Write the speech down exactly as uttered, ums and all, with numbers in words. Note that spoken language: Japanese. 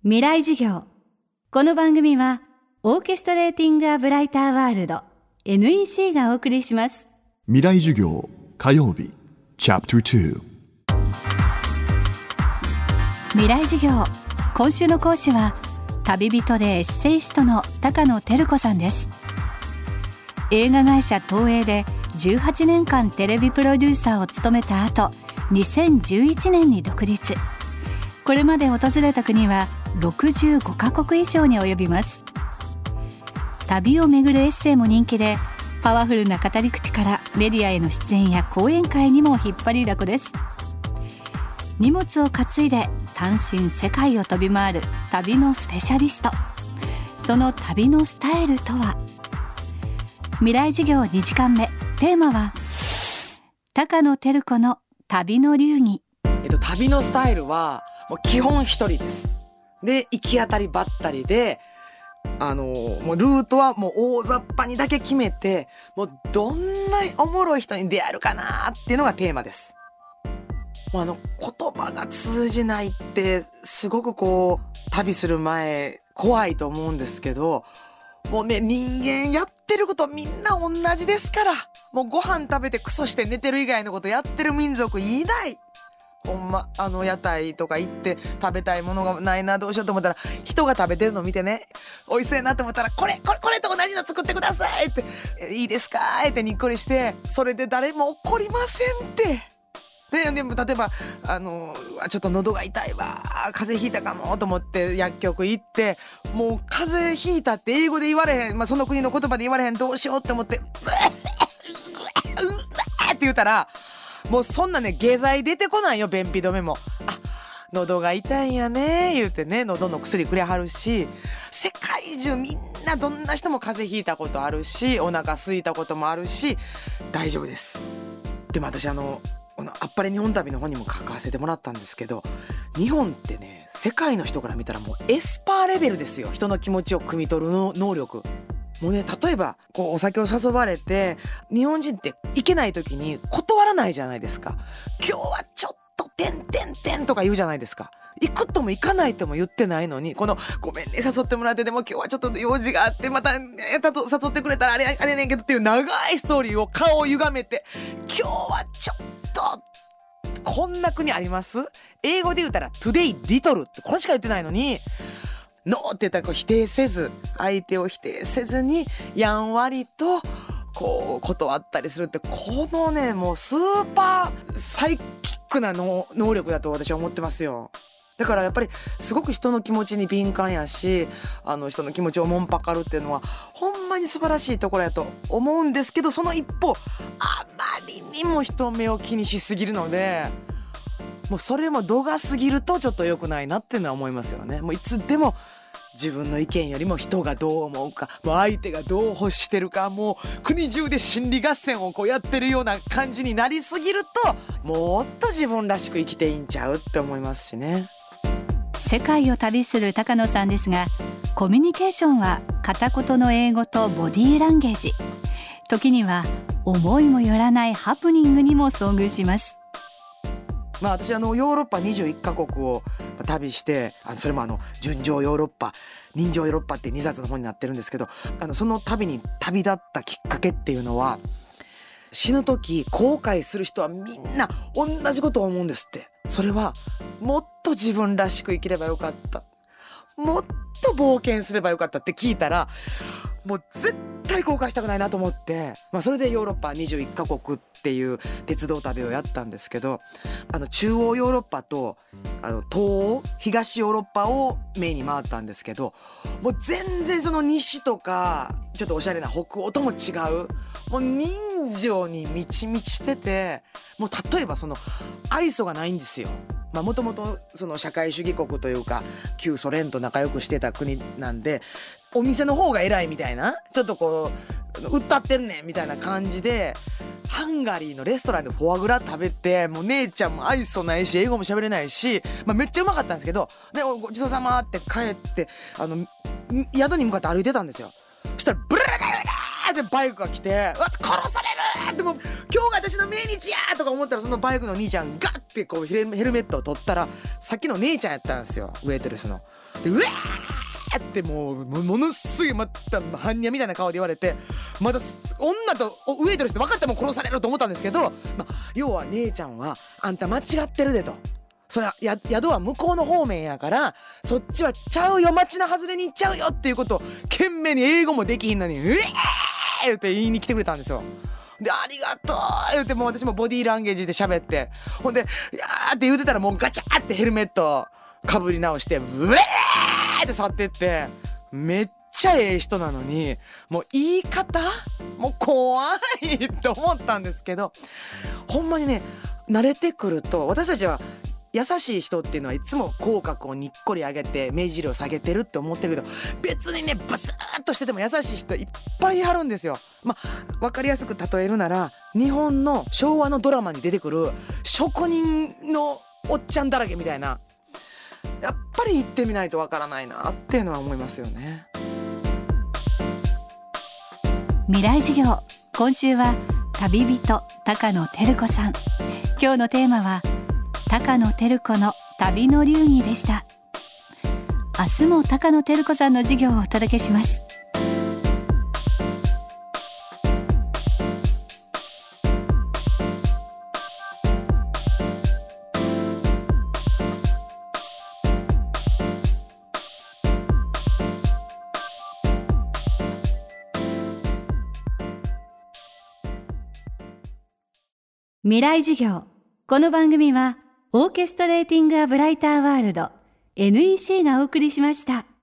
未来授業。この番組はオーケストレーティングアブライターワールド エヌイーシー がお送りします。 未来授業火曜日チャプターに。 未来授業、今週の講師は旅人でエッセイストの高野照子さんです。映画会社東映でじゅうはちねんかんテレビプロデューサーを務めた後、にせんじゅういちねんに独立。これまで訪れた国はろくじゅうごかこく以上に及びます。旅をめぐるエッセイも人気で、パワフルな語り口からメディアへの出演や講演会にも引っ張りだこです。荷物を担いで単身世界を飛び回る旅のスペシャリスト。その旅のスタイルとは。未来授業にじかんめ、テーマは高野照子の旅の流儀。 えっと、旅のスタイルはもう基本一人です。で、行き当たりばったりで、あのもうルートはもう大雑把にだけ決めて、もうどんなおもろい人に出会えるかなっていうのがテーマです。もうあの言葉が通じないってすごくこう旅する前怖いと思うんですけど、もうね、人間やってることみんな同じですから、もうご飯食べてクソして寝てる以外のことやってる民族いない。ほんま、あの屋台とか行って食べたいものがないな、どうしようと思ったら人が食べてるのを見てね、美味しそうやなと思ったらこれこれこれと同じの作ってくださいって、えいいですかってにっこりして、それで誰も怒りませんって。で、でも例えばあのちょっと喉が痛いわ、風邪ひいたかもと思って薬局行って、もう風邪ひいたって英語で言われへん、まあ、その国の言葉で言われへん、どうしようって思ってって言ったら、もうそんなね、下剤出てこないよ、便秘止めも。あ、喉が痛いんやね言うてね、喉の薬くれはるし、世界中みんなどんな人も風邪ひいたことあるし、お腹空いたこともあるし、大丈夫です。でも私あのこのあっぱれ日本旅の方にも書かせてもらったんですけど、日本ってね、世界の人から見たらもうエスパーレベルですよ。人の気持ちを汲み取るの能力。もうね、例えばこうお酒を誘われて、日本人って行けない時に断らないじゃないですか。今日はちょっとてんてんてんとか言うじゃないですか。行くとも行かないとも言ってないのに、このごめんね誘ってもらって、でも今日はちょっと用事があって、また、ね、誘ってくれたらあれあれねんけどっていう長いストーリーを顔を歪めて、今日はちょっとこんな国あります？英語で言うたら Today little ってこれしか言ってないのに、ノーって言ったらこう否定せず、相手を否定せずにやんわりとこう断ったりするって、このね、もうスーパーサイキックなの能力だと私は思ってますよ。だからやっぱりすごく人の気持ちに敏感やし、あの人の気持ちをもんぱかるっていうのはほんまに素晴らしいところやと思うんですけど、その一方あまりにも人目を気にしすぎるので、もうそれも度が過ぎるとちょっと良くないなっていうのは思いますよね。もういつでも自分の意見よりも人がどう思うか、もう相手がどう欲してるか、もう国中で心理合戦をこうやってるような感じになりすぎると、もっと自分らしく生きていいんちゃうって思いますしね。 世界を旅する高野さんですが、コミュニケーションは片言の英語とボディーランゲージ。時には思いもよらないハプニングにも遭遇します。 まあ、私あのヨーロッパにじゅういっかこくを旅して、あのそれもあの純情ヨーロッパ、人情ヨーロッパってにさつの本になってるんですけど、あのその旅に旅立ったきっかけっていうのは、死ぬ時後悔する人はみんな同じことを思うんですって。それはもっと自分らしく生きればよかった、もっと冒険すればよかったって聞いたら、もう絶対後悔したくないなと思って、まあ、それでヨーロッパにじゅういっかこくっていう鉄道旅をやったんですけど、あの中央ヨーロッパとあの東欧東ヨーロッパをメインに回ったんですけど、もう全然その西とかちょっとおしゃれな北欧とも違う、もう人情に満ち満ちてて、もう例えばその愛想がないんですよ。まあもともとその社会主義国というか旧ソ連と仲良くしてた国なんで、お店の方が偉いみたいな、ちょっとこう歌ってんねんみたいな感じで、ハンガリーのレストランでフォアグラ食べて、もう姉ちゃんも愛想ないし英語も喋れないし、まあ、めっちゃうまかったんですけど、でごちそうさまって帰ってあの宿に向かって歩いてたんですよ。そしたらブラブラブラってバイクが来て、うわ殺される、でも今日が私の命日やとか思ったら、そのバイクの兄ちゃんガッてこうヘルヘルメットを取ったらさっきの姉ちゃんやったんですよ、ウェイトレスの。でうわーってもうものすごいまた般若みたいな顔で言われて、また女とウェイトレスって分かっても殺されると思ったんですけど、まあ、要は姉ちゃんはあんた間違ってるでと、そりゃや宿は向こうの方面やからそっちはちゃうよ、町の外れに行っちゃうよっていうことを懸命に英語もできひんのにうえー言って言いに来てくれたんですよ。でありがとう言って、もう私もボディーランゲージで喋って、ほんでいやーって言ってたらもうガチャーってヘルメットかぶり直してうえーって去ってって、めっちゃええ人なのにもう言い方もう怖いと思ったんですけど、ほんまにね慣れてくると私たちは優しい人っていうのはいつも口角をにっこり上げて目尻を下げてるって思ってるけど、別にねブスーッとしてても優しい人いっぱいいはるんですよ。まあ分かりやすく例えるなら日本の昭和のドラマに出てくる職人のおっちゃんだらけみたいな、やっぱり行ってみないとわからないなっていうのは思いますよね。 未来授業、今週は旅人高野照子さん。今日のテーマは高野照子の旅の流儀でした。明日も高野照子さんの授業をお届けします。未来授業。この番組はオーケストレーティングアブライターワールド エヌイーシー がお送りしました。